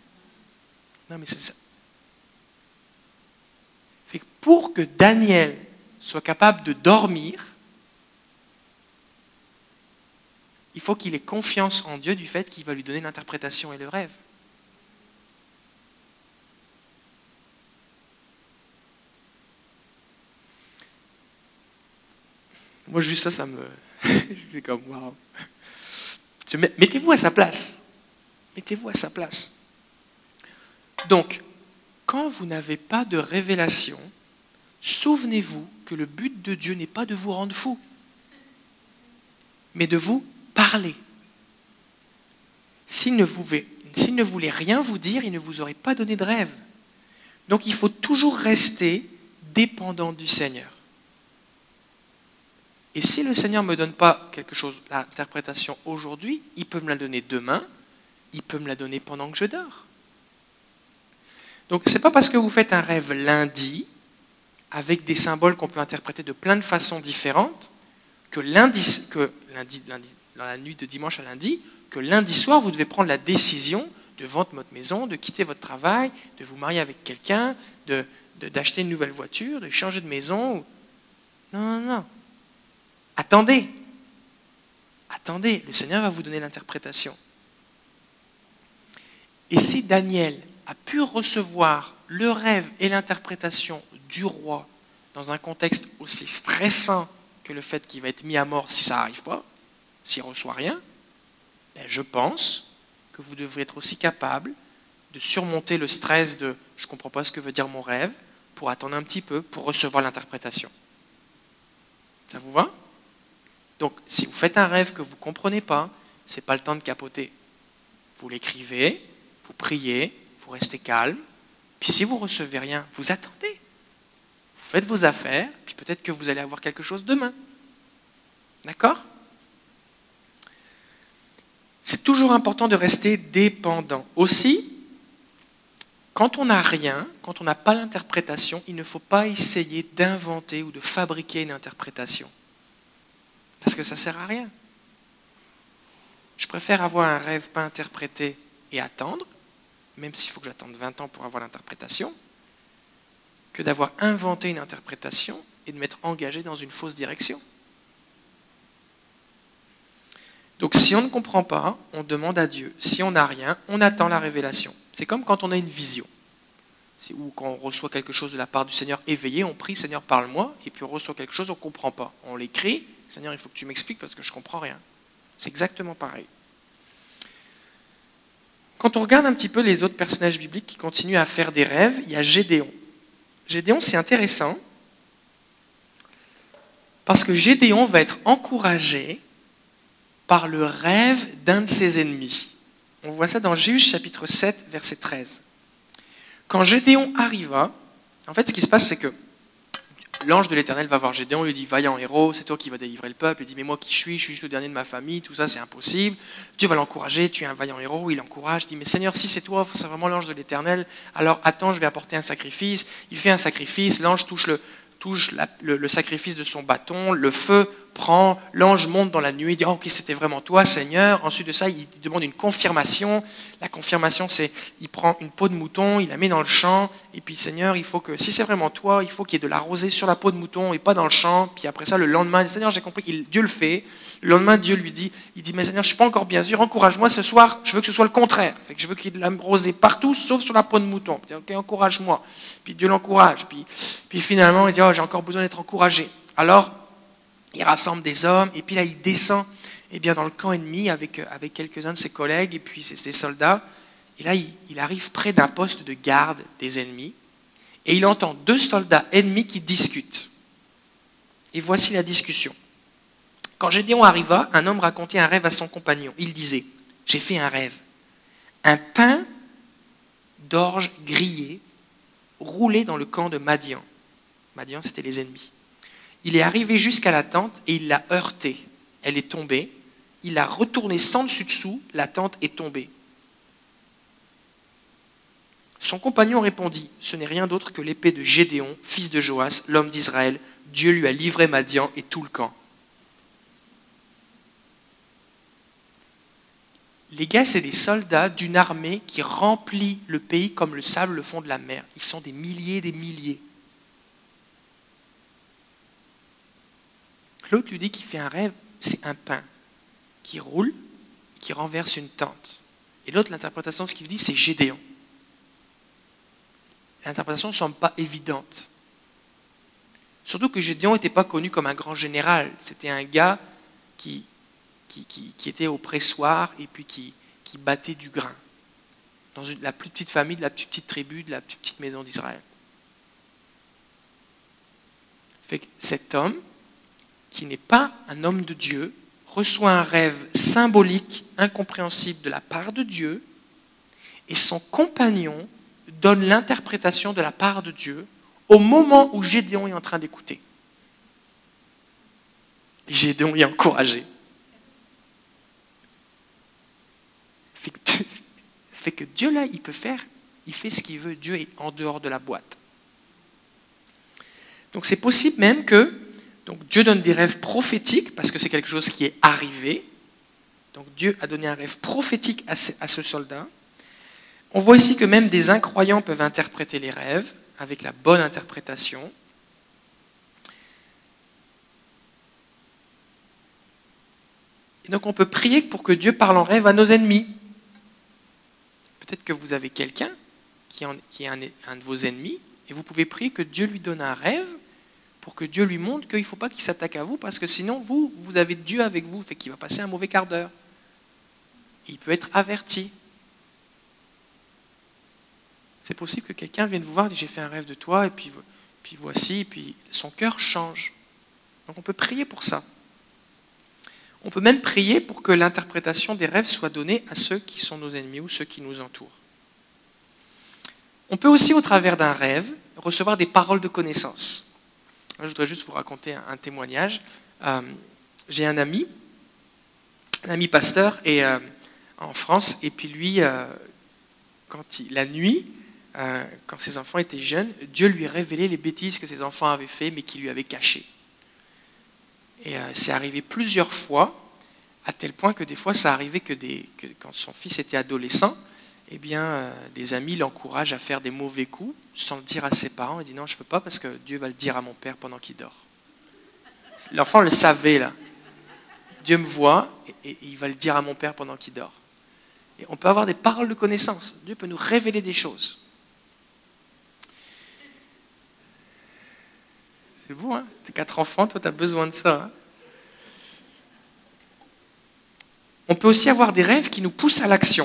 Non, mais c'est ça. pour que Daniel soit capable de dormir, il faut qu'il ait confiance en Dieu du fait qu'il va lui donner l'interprétation et le rêve. Moi, juste ça, ça me... C'est comme, waouh. Mettez-vous à sa place. Mettez-vous à sa place. Donc, quand vous n'avez pas de révélation, souvenez-vous que le but de Dieu n'est pas de vous rendre fou, mais de vous parler. S'il ne voulait, s'il ne voulait rien vous dire, il ne vous aurait pas donné de rêve. Donc, il faut toujours rester dépendant du Seigneur. Et si le Seigneur ne me donne pas quelque chose, l'interprétation aujourd'hui, il peut me la donner demain, il peut me la donner pendant que je dors. Donc, ce n'est pas parce que vous faites un rêve lundi, avec des symboles qu'on peut interpréter de plein de façons différentes, que lundi, que lundi, lundi, dans la nuit de dimanche à lundi, que lundi soir, vous devez prendre la décision de vendre votre maison, de quitter votre travail, de vous marier avec quelqu'un, de, de, d'acheter une nouvelle voiture, de changer de maison. Non, non, non. Attendez. Attendez, le Seigneur va vous donner l'interprétation. Et si Daniel a pu recevoir le rêve et l'interprétation du roi dans un contexte aussi stressant que le fait qu'il va être mis à mort si ça n'arrive pas, s'il ne reçoit rien, ben je pense que vous devrez être aussi capable de surmonter le stress de « je ne comprends pas ce que veut dire mon rêve » pour attendre un petit peu pour recevoir l'interprétation. Ça vous va ? Donc, si vous faites un rêve que vous ne comprenez pas, ce n'est pas le temps de capoter. Vous l'écrivez, vous priez, vous restez calme, puis si vous ne recevez rien, vous attendez. Vous faites vos affaires, puis peut-être que vous allez avoir quelque chose demain. D'accord ? C'est toujours important de rester dépendant. Aussi, quand on n'a rien, quand on n'a pas l'interprétation, il ne faut pas essayer d'inventer ou de fabriquer une interprétation. Parce que ça ne sert à rien. Je préfère avoir un rêve pas interprété et attendre, même s'il faut que j'attende vingt ans pour avoir l'interprétation, que d'avoir inventé une interprétation et de m'être engagé dans une fausse direction. Donc si on ne comprend pas, on demande à Dieu. Si on n'a rien, on attend la révélation. C'est comme quand on a une vision. Ou quand on reçoit quelque chose de la part du Seigneur éveillé, on prie, Seigneur, parle-moi, et puis on reçoit quelque chose, on ne comprend pas. On l'écrit, Seigneur, il faut que tu m'expliques parce que je ne comprends rien. C'est exactement pareil. Quand on regarde un petit peu les autres personnages bibliques qui continuent à faire des rêves, il y a Gédéon. Gédéon, c'est intéressant parce que Gédéon va être encouragé par le rêve d'un de ses ennemis. On voit ça dans Juges chapitre sept, verset treize. Quand Gédéon arriva, en fait, ce qui se passe, c'est que l'ange de l'Éternel va voir Gédéon, lui dit « Vaillant héros, c'est toi qui vas délivrer le peuple. » Il dit « Mais moi qui suis, je suis juste le dernier de ma famille, tout ça c'est impossible. » Dieu va l'encourager, tu es un vaillant héros, il l'encourage. Il dit « Mais Seigneur, si c'est toi, c'est vraiment l'ange de l'Éternel, alors attends, je vais apporter un sacrifice. » Il fait un sacrifice, l'ange touche le, touche la, le, le sacrifice de son bâton, le feu prend, l'ange monte dans la nuit, il dit oh, « Ok, c'était vraiment toi, Seigneur. » Ensuite de ça, il demande une confirmation. La confirmation, c'est il prend une peau de mouton, il la met dans le champ, et puis Seigneur, il faut que, si c'est vraiment toi, il faut qu'il y ait de la rosée sur la peau de mouton et pas dans le champ. Puis après ça, le lendemain, Seigneur, j'ai compris, il, Dieu le fait. Le lendemain, Dieu lui dit, il dit, mais Seigneur, je ne suis pas encore bien sûr, encourage-moi ce soir, je veux que ce soit le contraire. Fait que je veux qu'il y ait de la rosée partout, sauf sur la peau de mouton. Puis, ok, encourage-moi. Puis Dieu l'encourage. Puis, puis finalement, il dit, oh, j'ai encore besoin d'être encouragé. Alors, il rassemble des hommes, et puis là, il descend eh bien, dans le camp ennemi avec, avec quelques-uns de ses collègues, et puis ses soldats. Et là, il, il arrive près d'un poste de garde des ennemis, et il entend deux soldats ennemis qui discutent. Et voici la discussion. Quand Gédéon arriva, un homme racontait un rêve à son compagnon. Il disait, « J'ai fait un rêve. Un pain d'orge grillé roulé dans le camp de Madian. » Madian, c'était les ennemis. Il est arrivé jusqu'à la tente et il l'a heurtée. Elle est tombée. Il l'a retournée sans dessus-dessous. La tente est tombée. Son compagnon répondit, « Ce n'est rien d'autre que l'épée de Gédéon, fils de Joas, l'homme d'Israël. Dieu lui a livré Madian et tout le camp. » Les gars, c'est des soldats d'une armée qui remplit le pays comme le sable le fond de la mer. Ils sont des milliers et des milliers. L'autre lui dit qu'il fait un rêve, c'est un pain qui roule, qui renverse une tente. Et l'autre, l'interprétation, ce qu'il dit, c'est Gédéon. L'interprétation ne semble pas évidente. Surtout que Gédéon n'était pas connu comme un grand général. C'était un gars qui, qui, qui, qui était au pressoir et puis qui, qui battait du grain. Dans une, la plus petite famille, de la plus petite tribu, de la plus petite maison d'Israël. Fait que cet homme, qui n'est pas un homme de Dieu, reçoit un rêve symbolique, incompréhensible de la part de Dieu, et son compagnon donne l'interprétation de la part de Dieu au moment où Gédéon est en train d'écouter. Gédéon est encouragé. Ça fait que Dieu, là, il peut faire, il fait ce qu'il veut. Dieu est en dehors de la boîte. Donc c'est possible même que donc Dieu donne des rêves prophétiques, parce que c'est quelque chose qui est arrivé. Donc Dieu a donné un rêve prophétique à ce, à ce soldat. On voit ici que même des incroyants peuvent interpréter les rêves avec la bonne interprétation. Et donc on peut prier pour que Dieu parle en rêve à nos ennemis. Peut-être que vous avez quelqu'un qui, en, qui est un, un de vos ennemis, et vous pouvez prier que Dieu lui donne un rêve pour que Dieu lui montre qu'il ne faut pas qu'il s'attaque à vous, parce que sinon, vous, vous avez Dieu avec vous, fait qu'il va passer un mauvais quart d'heure. Il peut être averti. C'est possible que quelqu'un vienne vous voir et dise « j'ai fait un rêve de toi », et puis, puis voici, et puis son cœur change. Donc on peut prier pour ça. On peut même prier pour que l'interprétation des rêves soit donnée à ceux qui sont nos ennemis ou ceux qui nous entourent. On peut aussi, au travers d'un rêve, recevoir des paroles de connaissance. Je voudrais juste vous raconter un, un témoignage. Euh, j'ai un ami, un ami pasteur et, euh, en France, et puis lui, euh, quand il, la nuit, euh, quand ses enfants étaient jeunes, Dieu lui révélait les bêtises que ses enfants avaient fait, mais qu'il lui avait cachées. Et euh, c'est arrivé plusieurs fois, à tel point que des fois, ça arrivait que, des, que quand son fils était adolescent, eh bien, euh, des amis l'encouragent à faire des mauvais coups sans le dire à ses parents. Il dit non, je ne peux pas parce que Dieu va le dire à mon père pendant qu'il dort. L'enfant le savait, là. Dieu me voit et, et il va le dire à mon père pendant qu'il dort. Et on peut avoir des paroles de connaissance. Dieu peut nous révéler des choses. C'est beau, hein? Tes quatre enfants, toi, tu as besoin de ça. Hein? On peut aussi avoir des rêves qui nous poussent à l'action.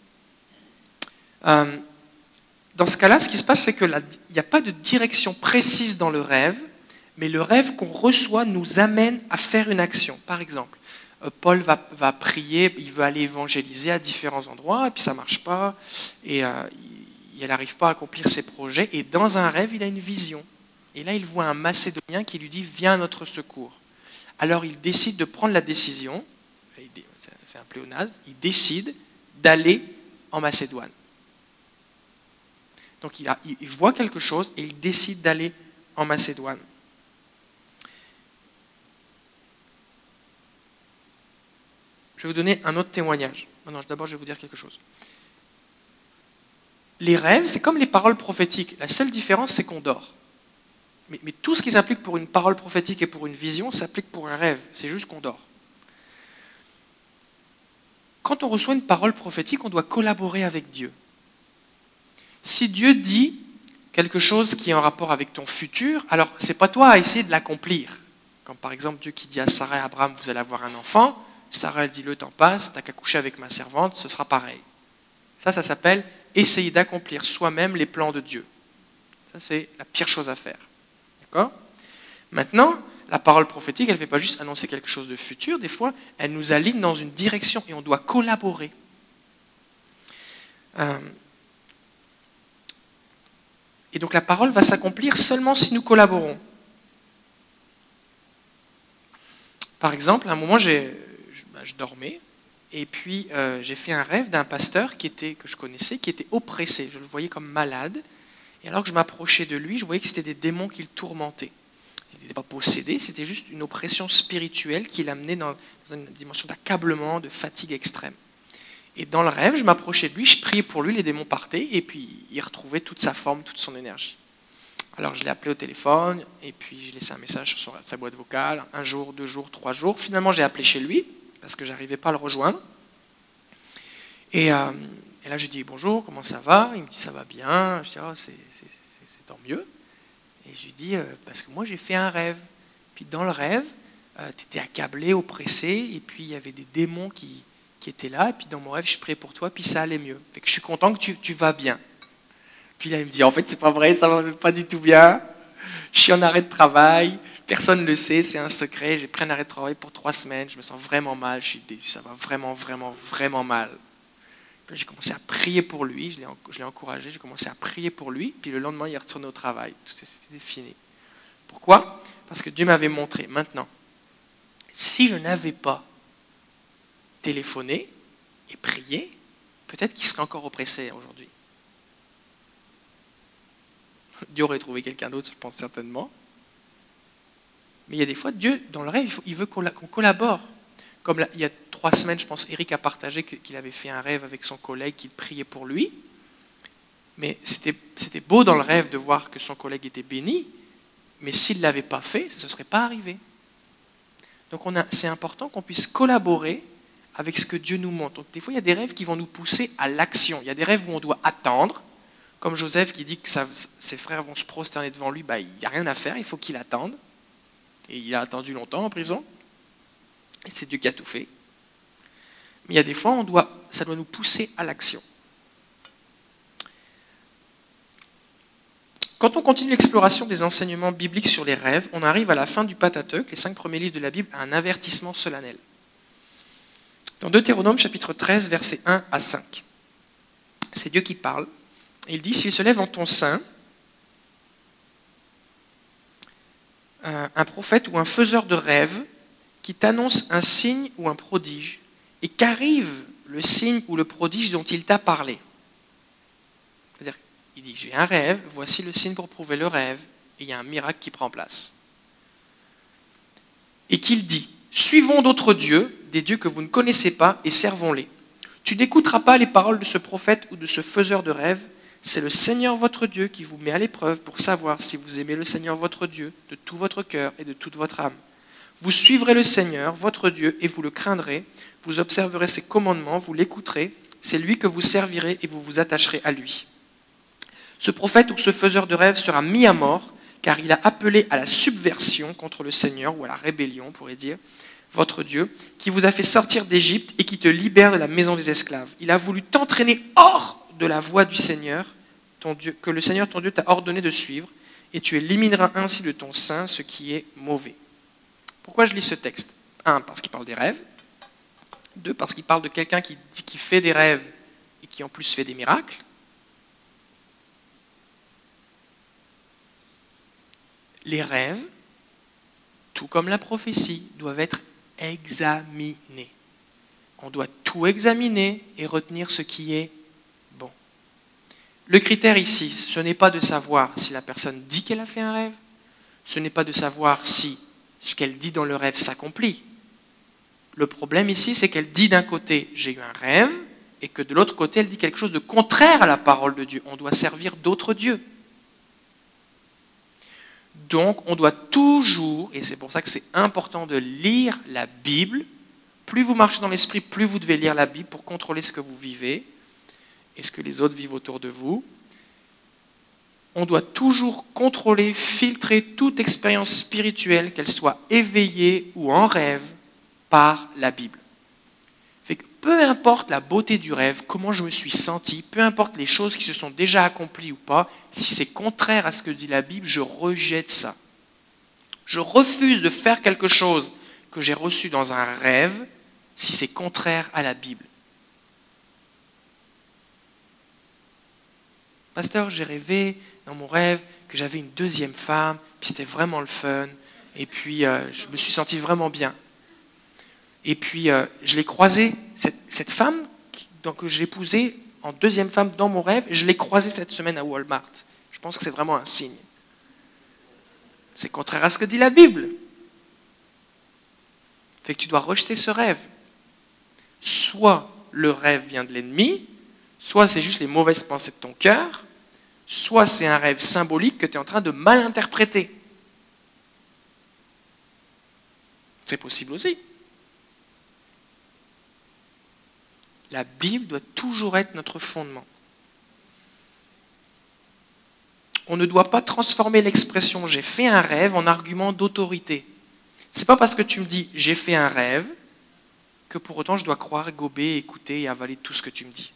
Euh, dans ce cas-là, ce qui se passe, c'est qu'il n'y a pas de direction précise dans le rêve, mais le rêve qu'on reçoit nous amène à faire une action. Par exemple, euh, Paul va, va prier, il veut aller évangéliser à différents endroits, et puis ça ne marche pas, et euh, il n'arrive pas à accomplir ses projets, et dans un rêve, il a une vision. Et là, il voit un Macédonien qui lui dit « Viens à notre secours ». Alors, il décide de prendre la décision, c'est un pléonasme, il décide d'aller en Macédoine. Donc, il, a, il voit quelque chose et il décide d'aller en Macédoine. Je vais vous donner un autre témoignage. Non, non, d'abord, je vais vous dire quelque chose. Les rêves, c'est comme les paroles prophétiques. La seule différence, c'est qu'on dort. Mais, mais tout ce qui s'applique pour une parole prophétique et pour une vision s'applique pour un rêve. C'est juste qu'on dort. Quand on reçoit une parole prophétique, on doit collaborer avec Dieu. Si Dieu dit quelque chose qui est en rapport avec ton futur, alors ce n'est pas toi à essayer de l'accomplir. Comme par exemple Dieu qui dit à Sarah et à Abraham, vous allez avoir un enfant. Sarah elle dit, le temps passe, tu n'as qu'à coucher avec ma servante, ce sera pareil. Ça, ça s'appelle essayer d'accomplir soi-même les plans de Dieu. Ça, c'est la pire chose à faire. D'accord ? Maintenant, la parole prophétique, elle ne fait pas juste annoncer quelque chose de futur. Des fois, elle nous aligne dans une direction et on doit collaborer. Euh, et donc la parole va s'accomplir seulement si nous collaborons. Par exemple, à un moment, j'ai, je, ben, je dormais et puis euh, j'ai fait un rêve d'un pasteur qui était, que je connaissais, qui était oppressé. Je le voyais comme malade. Et alors que je m'approchais de lui, je voyais que c'était des démons qui le tourmentaient. Il n'était pas possédé, c'était juste une oppression spirituelle qui l'amenait dans, dans une dimension d'accablement, de fatigue extrême. Et dans le rêve, je m'approchais de lui, je priais pour lui, les démons partaient, et puis il retrouvait toute sa forme, toute son énergie. Alors je l'ai appelé au téléphone, et puis j'ai laissé un message sur sa boîte vocale, un jour, deux jours, trois jours. Finalement, j'ai appelé chez lui, parce que je n'arrivais pas à le rejoindre. Et, euh, et là, je lui dis bonjour, comment ça va? Il me dit ça va bien. Je dis oh, c'est, c'est, c'est, c'est tant mieux. Et je lui dis euh, parce que moi j'ai fait un rêve. Puis dans le rêve, euh, tu étais accablé, oppressé, et puis il y avait des démons qui, qui étaient là. Et puis dans mon rêve, je priais pour toi, puis ça allait mieux. Fait que je suis content que tu, tu vas bien. Puis là, il me dit en fait, c'est pas vrai, ça va pas du tout bien. Je suis en arrêt de travail. Personne ne le sait, c'est un secret. J'ai pris un arrêt de travail pour trois semaines. Je me sens vraiment mal. Je suis déçu, ça va vraiment, vraiment, vraiment mal. Puis j'ai commencé à prier pour lui. Je l'ai, je l'ai encouragé. J'ai commencé à prier pour lui. Puis le lendemain, il est retourné au travail. Tout c'était fini. Pourquoi? Parce que Dieu m'avait montré. Maintenant, si je n'avais pas téléphoné et prié, peut-être qu'il serait encore oppressé aujourd'hui. Dieu aurait trouvé quelqu'un d'autre, je pense certainement. Mais il y a des fois, Dieu, dans le rêve, il, faut, il veut qu'on collabore. Comme là, il y a trois semaines, je pense, Eric a partagé qu'il avait fait un rêve avec son collègue, qu'il priait pour lui. Mais c'était, c'était beau dans le rêve de voir que son collègue était béni. Mais s'il ne l'avait pas fait, ça ne serait pas arrivé. Donc on a, c'est important qu'on puisse collaborer avec ce que Dieu nous montre. Donc des fois, il y a des rêves qui vont nous pousser à l'action. Il y a des rêves où on doit attendre. Comme Joseph qui dit que ça, ses frères vont se prosterner devant lui, bah, il n'y a rien à faire, il faut qu'il attende. Et il a attendu longtemps en prison. Et c'est Dieu qui a tout fait. Mais il y a des fois, on doit, ça doit nous pousser à l'action. Quand on continue l'exploration des enseignements bibliques sur les rêves, on arrive à la fin du Pentateuque, les cinq premiers livres de la Bible, à un avertissement solennel. Dans Deutéronome chapitre treize, versets un à cinq, c'est Dieu qui parle. Et il dit, s'il se lève en ton sein, un prophète ou un faiseur de rêves qui t'annonce un signe ou un prodige, et qu'arrive le signe ou le prodige dont il t'a parlé. C'est-à-dire, il dit, j'ai un rêve, voici le signe pour prouver le rêve, et il y a un miracle qui prend place. Et qu'il dit, suivons d'autres dieux, des dieux que vous ne connaissez pas, et servons-les. Tu n'écouteras pas les paroles de ce prophète ou de ce faiseur de rêves, c'est le Seigneur votre Dieu qui vous met à l'épreuve pour savoir si vous aimez le Seigneur votre Dieu de tout votre cœur et de toute votre âme. Vous suivrez le Seigneur votre Dieu et vous le craindrez, vous observerez ses commandements, vous l'écouterez, c'est lui que vous servirez et vous vous attacherez à lui. Ce prophète ou ce faiseur de rêve sera mis à mort, car il a appelé à la subversion contre le Seigneur, ou à la rébellion, on pourrait dire, votre Dieu, qui vous a fait sortir d'Égypte et qui te libère de la maison des esclaves. Il a voulu t'entraîner hors de la voie du Seigneur, ton Dieu, que le Seigneur ton Dieu t'a ordonné de suivre, et tu élimineras ainsi de ton sein ce qui est mauvais. Pourquoi je lis ce texte? Un, parce qu'il parle des rêves. Deux, parce qu'il parle de quelqu'un qui dit qu'il fait des rêves et qui en plus fait des miracles. Les rêves, tout comme la prophétie, doivent être examinés. On doit tout examiner et retenir ce qui est bon. Le critère ici, ce n'est pas de savoir si la personne dit qu'elle a fait un rêve, ce n'est pas de savoir si ce qu'elle dit dans le rêve s'accomplit. Le problème ici, c'est qu'elle dit d'un côté « j'ai eu un rêve » et que de l'autre côté, elle dit quelque chose de contraire à la parole de Dieu. On doit servir d'autres dieux. Donc, on doit toujours, et c'est pour ça que c'est important de lire la Bible, plus vous marchez dans l'esprit, plus vous devez lire la Bible pour contrôler ce que vous vivez et ce que les autres vivent autour de vous. On doit toujours contrôler, filtrer toute expérience spirituelle, qu'elle soit éveillée ou en rêve, par la Bible. Fait que peu importe la beauté du rêve, comment je me suis senti, peu importe les choses qui se sont déjà accomplies ou pas, si c'est contraire à ce que dit la Bible, je rejette ça. Je refuse de faire quelque chose que j'ai reçu dans un rêve si c'est contraire à la Bible. Pasteur, j'ai rêvé dans mon rêve que j'avais une deuxième femme, puis c'était vraiment le fun, et puis euh, je me suis senti vraiment bien. Et puis euh, je l'ai croisée, cette, cette femme qui, donc, que j'ai épousée en deuxième femme dans mon rêve, je l'ai croisée cette semaine à Walmart. Je pense que c'est vraiment un signe. C'est contraire à ce que dit la Bible. Fait que tu dois rejeter ce rêve. Soit le rêve vient de l'ennemi, soit c'est juste les mauvaises pensées de ton cœur, soit c'est un rêve symbolique que tu es en train de mal interpréter. C'est possible aussi. La Bible doit toujours être notre fondement. On ne doit pas transformer l'expression « j'ai fait un rêve » en argument d'autorité. C'est pas parce que tu me dis « j'ai fait un rêve » que pour autant je dois croire, gober, écouter et avaler tout ce que tu me dis.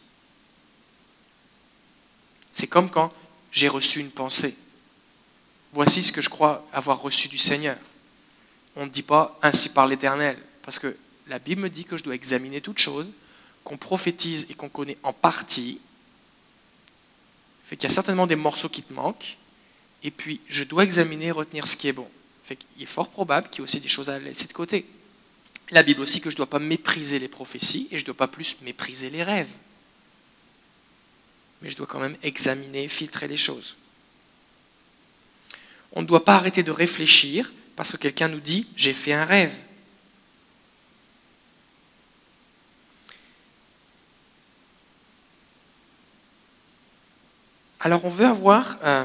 C'est comme quand j'ai reçu une pensée. Voici ce que je crois avoir reçu du Seigneur. On ne dit pas « ainsi par l'Éternel » parce que la Bible me dit que je dois examiner toute chose, qu'on prophétise et qu'on connaît en partie. Fait qu'il y a certainement des morceaux qui te manquent, et puis je dois examiner et retenir ce qui est bon. Fait qu'il est fort probable qu'il y ait aussi des choses à laisser de côté. La Bible aussi que je ne dois pas mépriser les prophéties, et je ne dois pas plus mépriser les rêves. Mais je dois quand même examiner et filtrer les choses. On ne doit pas arrêter de réfléchir parce que quelqu'un nous dit « j'ai fait un rêve ». Alors on veut avoir, euh,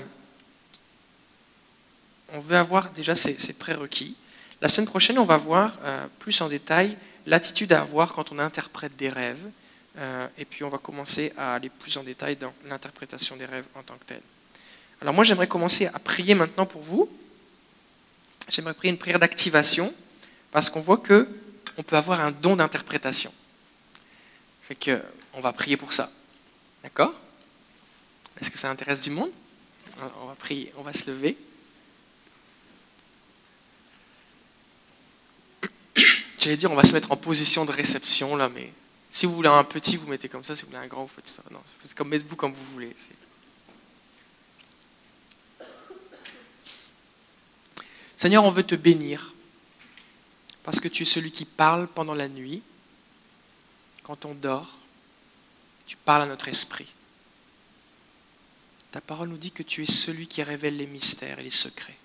on veut avoir déjà ces, ces prérequis. La semaine prochaine, on va voir euh, plus en détail l'attitude à avoir quand on interprète des rêves. Euh, et puis on va commencer à aller plus en détail dans l'interprétation des rêves en tant que telle. Alors moi, j'aimerais commencer à prier maintenant pour vous. J'aimerais prier une prière d'activation parce qu'on voit qu'on peut avoir un don d'interprétation. Fait que, on va prier pour ça. D'accord ? Est-ce que ça intéresse du monde ? Alors, on va prier, on va se lever. J'allais dire, on va se mettre en position de réception, là, mais si vous voulez un petit, vous mettez comme ça. Si vous voulez un grand, vous faites ça. Non, faites comme, mettez-vous comme vous voulez. C'est... Seigneur, on veut te bénir parce que tu es celui qui parle pendant la nuit. Quand on dort, tu parles à notre esprit. Ta parole nous dit que tu es celui qui révèle les mystères et les secrets.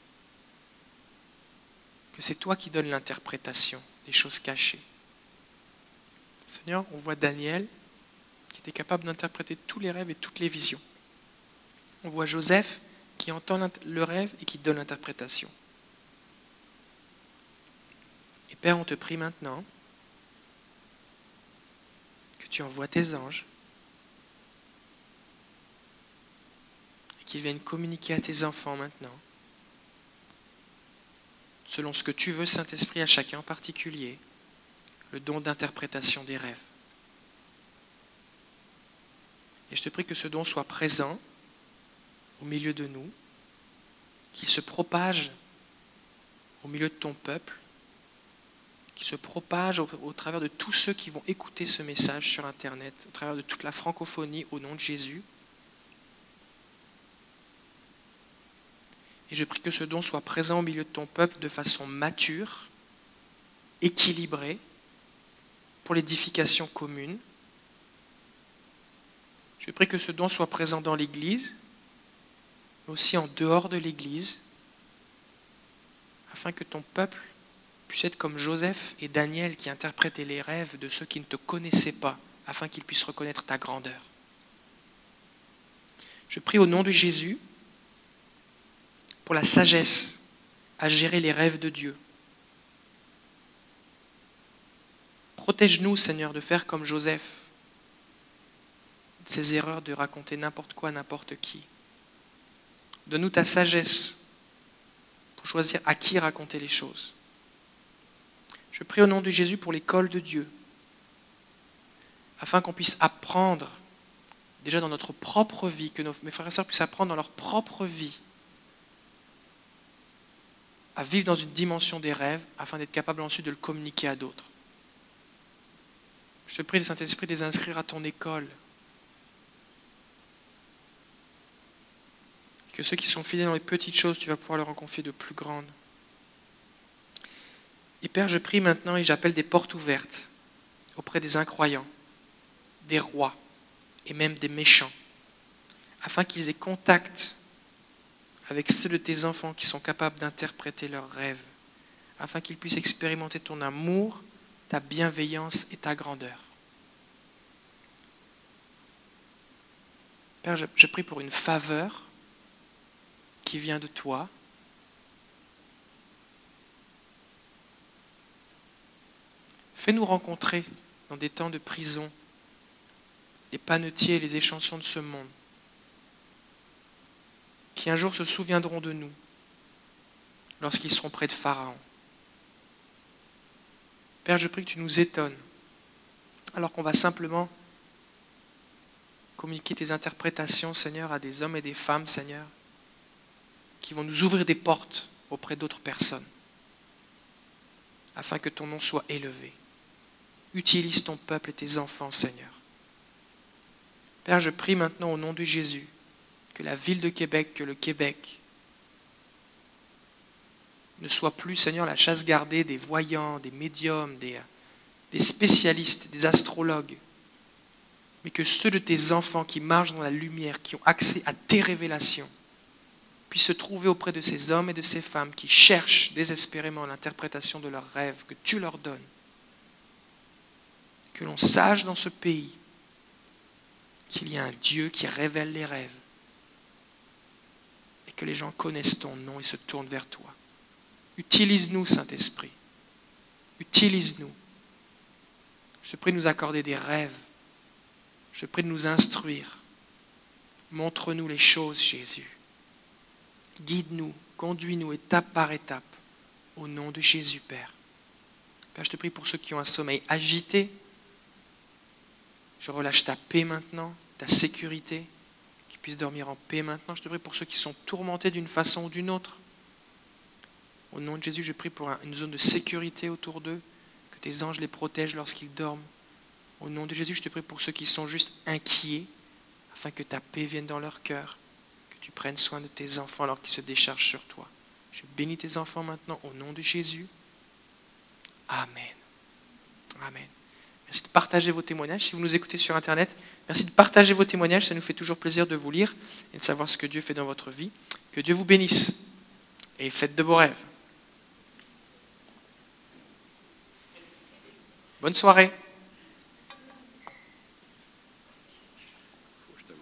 Que c'est toi qui donnes l'interprétation des choses cachées. Seigneur, on voit Daniel qui était capable d'interpréter tous les rêves et toutes les visions. On voit Joseph qui entend le rêve et qui donne l'interprétation. Et Père, on te prie maintenant que tu envoies tes anges qu'ils viennent communiquer à tes enfants maintenant, selon ce que tu veux, Saint-Esprit, à chacun en particulier, le don d'interprétation des rêves. Et je te prie que ce don soit présent au milieu de nous, qu'il se propage au milieu de ton peuple, qu'il se propage au, au travers de tous ceux qui vont écouter ce message sur Internet, au travers de toute la francophonie, au nom de Jésus. Et je prie que ce don soit présent au milieu de ton peuple de façon mature, équilibrée, pour l'édification commune. Je prie que ce don soit présent dans l'Église, mais aussi en dehors de l'Église, afin que ton peuple puisse être comme Joseph et Daniel qui interprétaient les rêves de ceux qui ne te connaissaient pas, afin qu'ils puissent reconnaître ta grandeur. Je prie au nom de Jésus pour la sagesse à gérer les rêves de Dieu. Protège-nous, Seigneur, de faire comme Joseph, de ces erreurs de raconter n'importe quoi à n'importe qui. Donne-nous ta sagesse pour choisir à qui raconter les choses. Je prie au nom de Jésus pour l'école de Dieu, afin qu'on puisse apprendre, déjà dans notre propre vie, que nos, mes frères et sœurs puissent apprendre dans leur propre vie à vivre dans une dimension des rêves, afin d'être capable ensuite de le communiquer à d'autres. Je te prie, le Saint-Esprit, de les inscrire à ton école. Que ceux qui sont fidèles dans les petites choses, tu vas pouvoir leur en confier de plus grandes. Et Père, je prie maintenant et j'appelle des portes ouvertes auprès des incroyants, des rois et même des méchants, afin qu'ils aient contact avec ceux de tes enfants qui sont capables d'interpréter leurs rêves, afin qu'ils puissent expérimenter ton amour, ta bienveillance et ta grandeur. Père, je, je prie pour une faveur qui vient de toi. Fais-nous rencontrer dans des temps de prison les panetiers et les échansons de ce monde, qui un jour se souviendront de nous lorsqu'ils seront près de Pharaon. Père, je prie que tu nous étonnes, alors qu'on va simplement communiquer tes interprétations, Seigneur, à des hommes et des femmes, Seigneur, qui vont nous ouvrir des portes auprès d'autres personnes, afin que ton nom soit élevé. Utilise ton peuple et tes enfants, Seigneur. Père, je prie maintenant au nom de Jésus que la ville de Québec, que le Québec ne soit plus, Seigneur, la chasse gardée des voyants, des médiums, des, des spécialistes, des astrologues, mais que ceux de tes enfants qui marchent dans la lumière, qui ont accès à tes révélations, puissent se trouver auprès de ces hommes et de ces femmes qui cherchent désespérément l'interprétation de leurs rêves, que tu leur donnes. Que l'on sache dans ce pays qu'il y a un Dieu qui révèle les rêves et que les gens connaissent ton nom et se tournent vers toi. Utilise-nous, Saint-Esprit. Utilise-nous. Je te prie de nous accorder des rêves. Je te prie de nous instruire. Montre-nous les choses, Jésus. Guide-nous, conduis-nous étape par étape, au nom de Jésus, Père. Père, je te prie pour ceux qui ont un sommeil agité. Je relâche ta paix maintenant, ta sécurité, qu'ils puissent dormir en paix maintenant. Je te prie pour ceux qui sont tourmentés d'une façon ou d'une autre. Au nom de Jésus, je prie pour une zone de sécurité autour d'eux, que tes anges les protègent lorsqu'ils dorment. Au nom de Jésus, je te prie pour ceux qui sont juste inquiets, afin que ta paix vienne dans leur cœur, que tu prennes soin de tes enfants alors qu'ils se déchargent sur toi. Je bénis tes enfants maintenant au nom de Jésus. Amen. Amen. Merci de partager vos témoignages. Si vous nous écoutez sur Internet, merci de partager vos témoignages. Ça nous fait toujours plaisir de vous lire et de savoir ce que Dieu fait dans votre vie. Que Dieu vous bénisse et faites de beaux rêves. Bonne soirée.